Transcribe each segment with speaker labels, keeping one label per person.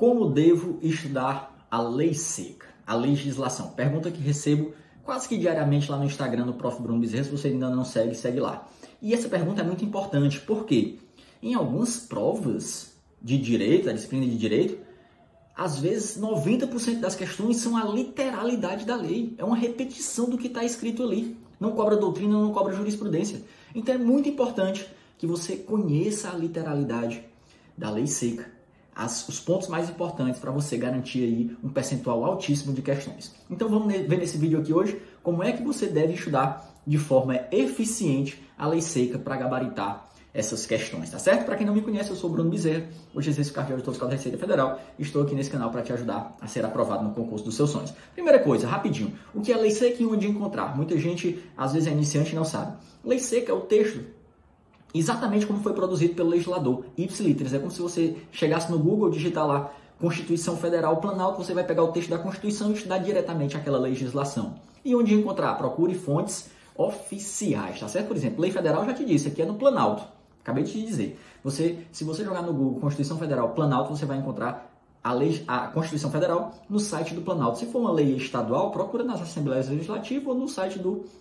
Speaker 1: Como devo estudar a lei seca, a legislação? Pergunta que recebo quase que diariamente lá no Instagram do Prof. Bruno Bezerra. Se você ainda não segue, segue lá. E essa pergunta é muito importante, porque em algumas provas de direito, da disciplina de direito, às vezes 90% das questões são a literalidade da lei. É uma repetição do que está escrito ali. Não cobra doutrina, não cobra jurisprudência. Então é muito importante que você conheça a literalidade da lei seca. Os pontos mais importantes para você garantir aí um percentual altíssimo de questões. Então vamos ver nesse vídeo aqui hoje como é que você deve estudar de forma eficiente a lei seca para gabaritar essas questões, tá certo? Para quem não me conhece, eu sou o Bruno Bezerra, hoje exerço cargo de auditor fiscal da Receita Federal e estou aqui nesse canal para te ajudar a ser aprovado no concurso dos seus sonhos. Primeira coisa, rapidinho, o que é lei seca e onde encontrar? Muita gente, às vezes, é iniciante e não sabe. Lei seca é o texto exatamente como foi produzido pelo legislador, ipsiliteris. É como se você chegasse no Google, digitar lá Constituição Federal, Planalto, você vai pegar o texto da Constituição e estudar diretamente aquela legislação. E onde encontrar? Procure fontes oficiais, tá certo? Por exemplo, Lei Federal, já te disse, aqui é no Planalto. Acabei de te dizer. Se você jogar no Google Constituição Federal Planalto, você vai encontrar a Constituição Federal no site do Planalto. Se for uma lei estadual, procura nas Assembleias Legislativas ou no site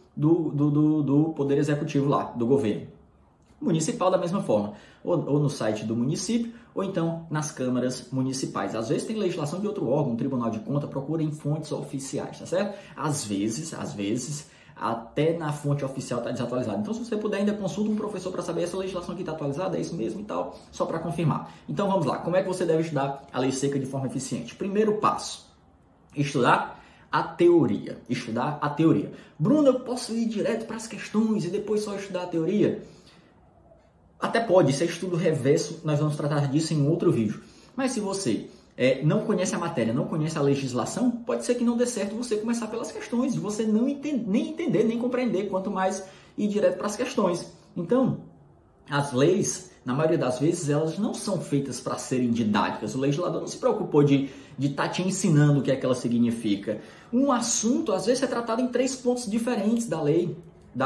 Speaker 1: do Poder Executivo lá, do governo. Municipal da mesma forma, ou no site do município, ou então nas câmaras municipais. Às vezes tem legislação de outro órgão, Tribunal de Contas, procura em fontes oficiais, tá certo? Às vezes, até na fonte oficial está desatualizado. Então, se você puder, ainda consulta um professor para saber essa legislação aqui está atualizada, é isso mesmo e tal, só para confirmar. Então, vamos lá. Como é que você deve estudar a lei seca de forma eficiente? Primeiro passo, estudar a teoria. Estudar a teoria. Bruno, eu posso ir direto para as questões e depois só estudar a teoria? Até pode, isso é estudo reverso, nós vamos tratar disso em outro vídeo. Mas se você não conhece a matéria, não conhece a legislação, pode ser que não dê certo você começar pelas questões, de você não nem entender, nem compreender, quanto mais ir direto para as questões. Então, as leis, na maioria das vezes, elas não são feitas para serem didáticas. O legislador não se preocupou de estar te ensinando o que é que ela significa. Um assunto, às vezes, é tratado em 3 pontos diferentes da lei,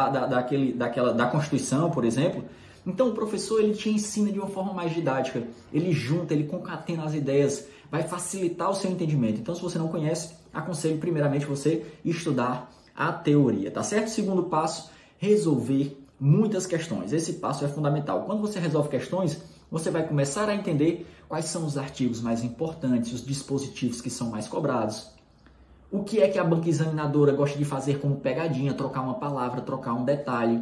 Speaker 1: da Constituição, por exemplo. Então, o professor ele te ensina de uma forma mais didática, ele junta, ele concatena as ideias, vai facilitar o seu entendimento. Então, se você não conhece, aconselho primeiramente você estudar a teoria, tá certo? Segundo passo, resolver muitas questões. Esse passo é fundamental. Quando você resolve questões, você vai começar a entender quais são os artigos mais importantes, os dispositivos que são mais cobrados. O que é que a banca examinadora gosta de fazer como pegadinha, trocar uma palavra, trocar um detalhe.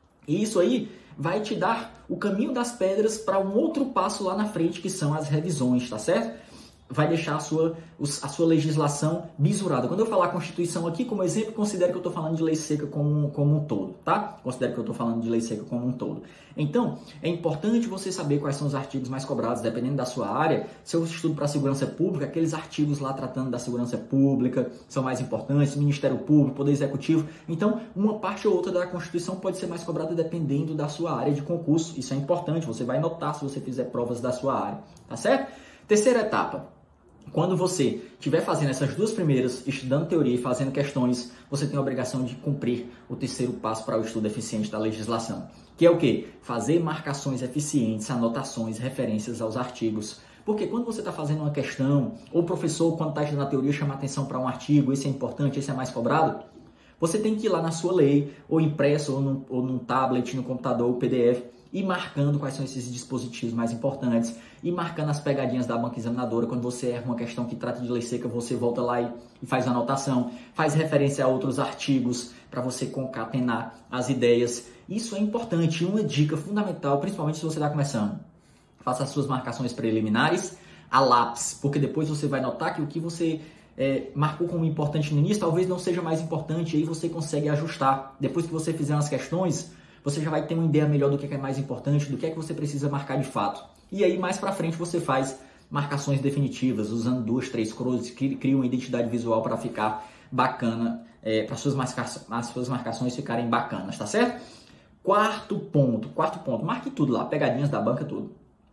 Speaker 1: E isso aí vai te dar o caminho das pedras para um outro passo lá na frente, que são as revisões, tá certo? Vai deixar a sua legislação bisurada. Quando eu falar Constituição aqui, como exemplo, considere que eu estou falando de lei seca como um todo, tá? Considere que eu estou falando de lei seca como um todo. Então, é importante você saber quais são os artigos mais cobrados, dependendo da sua área. Se eu estudo para a segurança pública, aqueles artigos lá tratando da segurança pública são mais importantes, Ministério Público, Poder Executivo. Então, uma parte ou outra da Constituição pode ser mais cobrada dependendo da sua área de concurso. Isso é importante, você vai notar se você fizer provas da sua área, tá certo? Terceira etapa. Quando você estiver fazendo essas duas primeiras, estudando teoria e fazendo questões, você tem a obrigação de cumprir o terceiro passo para o estudo eficiente da legislação, que é o quê? Fazer marcações eficientes, anotações, referências aos artigos. Porque quando você está fazendo uma questão, ou o professor, quando está estudando a teoria, chama atenção para um artigo, esse é importante, esse é mais cobrado, você tem que ir lá na sua lei, ou impresso, ou num tablet, no computador, ou PDF, e marcando quais são esses dispositivos mais importantes, e marcando as pegadinhas da banca examinadora. Quando você erra uma questão que trata de lei seca, você volta lá e faz a anotação, faz referência a outros artigos para você concatenar as ideias. Isso é importante, uma dica fundamental, principalmente se você está começando. Faça as suas marcações preliminares a lápis, porque depois você vai notar que o que você marcou como importante no início talvez não seja mais importante, e aí você consegue ajustar. Depois que você fizer as questões, você já vai ter uma ideia melhor do que é mais importante, do que é que você precisa marcar de fato. E aí, mais para frente, você faz marcações definitivas, usando 2, 3 cruzes, que criam uma identidade visual para ficar bacana, para as suas marcações ficarem bacanas, tá certo? Quarto ponto, marque tudo lá, pegadinhas da banca, tudo.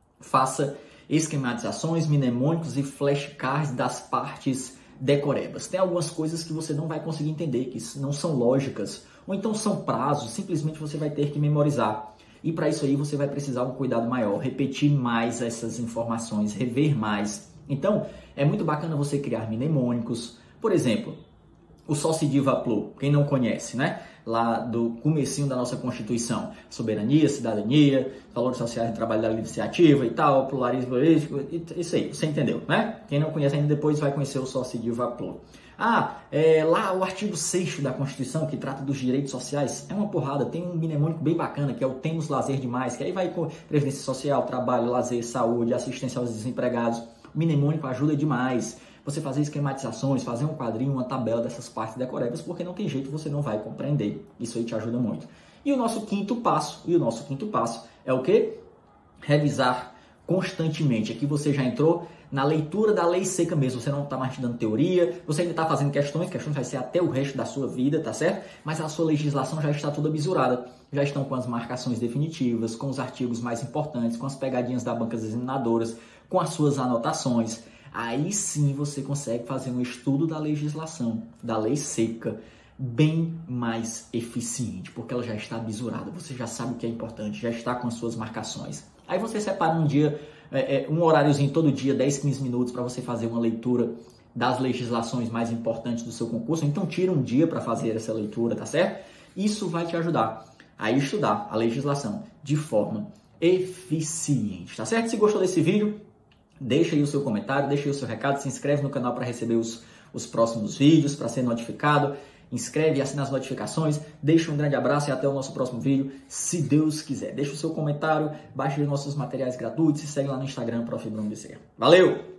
Speaker 1: Faça esquematizações, mnemônicos e flashcards das partes decorebas. Tem algumas coisas que você não vai conseguir entender, que não são lógicas, ou então são prazos, simplesmente você vai ter que memorizar. E para isso aí você vai precisar de um cuidado maior, repetir mais essas informações, rever mais Então, é muito bacana você criar mnemônicos. Por exemplo, o Sociediva Plu, quem não conhece, né? Lá do comecinho da nossa Constituição, soberania, cidadania, valores sociais de trabalho da livre iniciativa e tal, pluralismo político, isso aí, você entendeu, né? Quem não conhece ainda depois vai conhecer o Sociediva Plu. Lá o artigo 6º da Constituição, que trata dos direitos sociais, é uma porrada, tem um mnemônico bem bacana, que é o Temos Lazer Demais, que aí vai com previdência social, trabalho, lazer, saúde, assistência aos desempregados. O mnemônico ajuda demais. Você fazer esquematizações, fazer um quadrinho, uma tabela dessas partes decoradas, porque não tem jeito, você não vai compreender. Isso aí te ajuda muito. E o nosso quinto passo é o quê? Revisar constantemente. Aqui você já entrou na leitura da lei seca mesmo, você não está mais te dando teoria, você ainda está fazendo questões vai ser até o resto da sua vida, tá certo? Mas a sua legislação já está toda bisurada, já estão com as marcações definitivas, com os artigos mais importantes, com as pegadinhas da banca examinadoras, com as suas anotações. Aí sim você consegue fazer um estudo da legislação, da lei seca, bem mais eficiente, porque ela já está bisurada, você já sabe o que é importante, já está com as suas marcações. Aí você separa um dia, um horáriozinho todo dia, 10, 15 minutos para você fazer uma leitura das legislações mais importantes do seu concurso. Então tira um dia para fazer essa leitura, tá certo? Isso vai te ajudar a estudar a legislação de forma eficiente, tá certo? Se gostou desse vídeo, deixa aí o seu comentário, deixa aí o seu recado, se inscreve no canal para receber os próximos vídeos, para ser notificado. Inscreve e assina as notificações. Deixa um grande abraço e até o nosso próximo vídeo, se Deus quiser. Deixa o seu comentário, baixe os nossos materiais gratuitos e segue lá no Instagram, Prof. Bruno Bezerra. Valeu!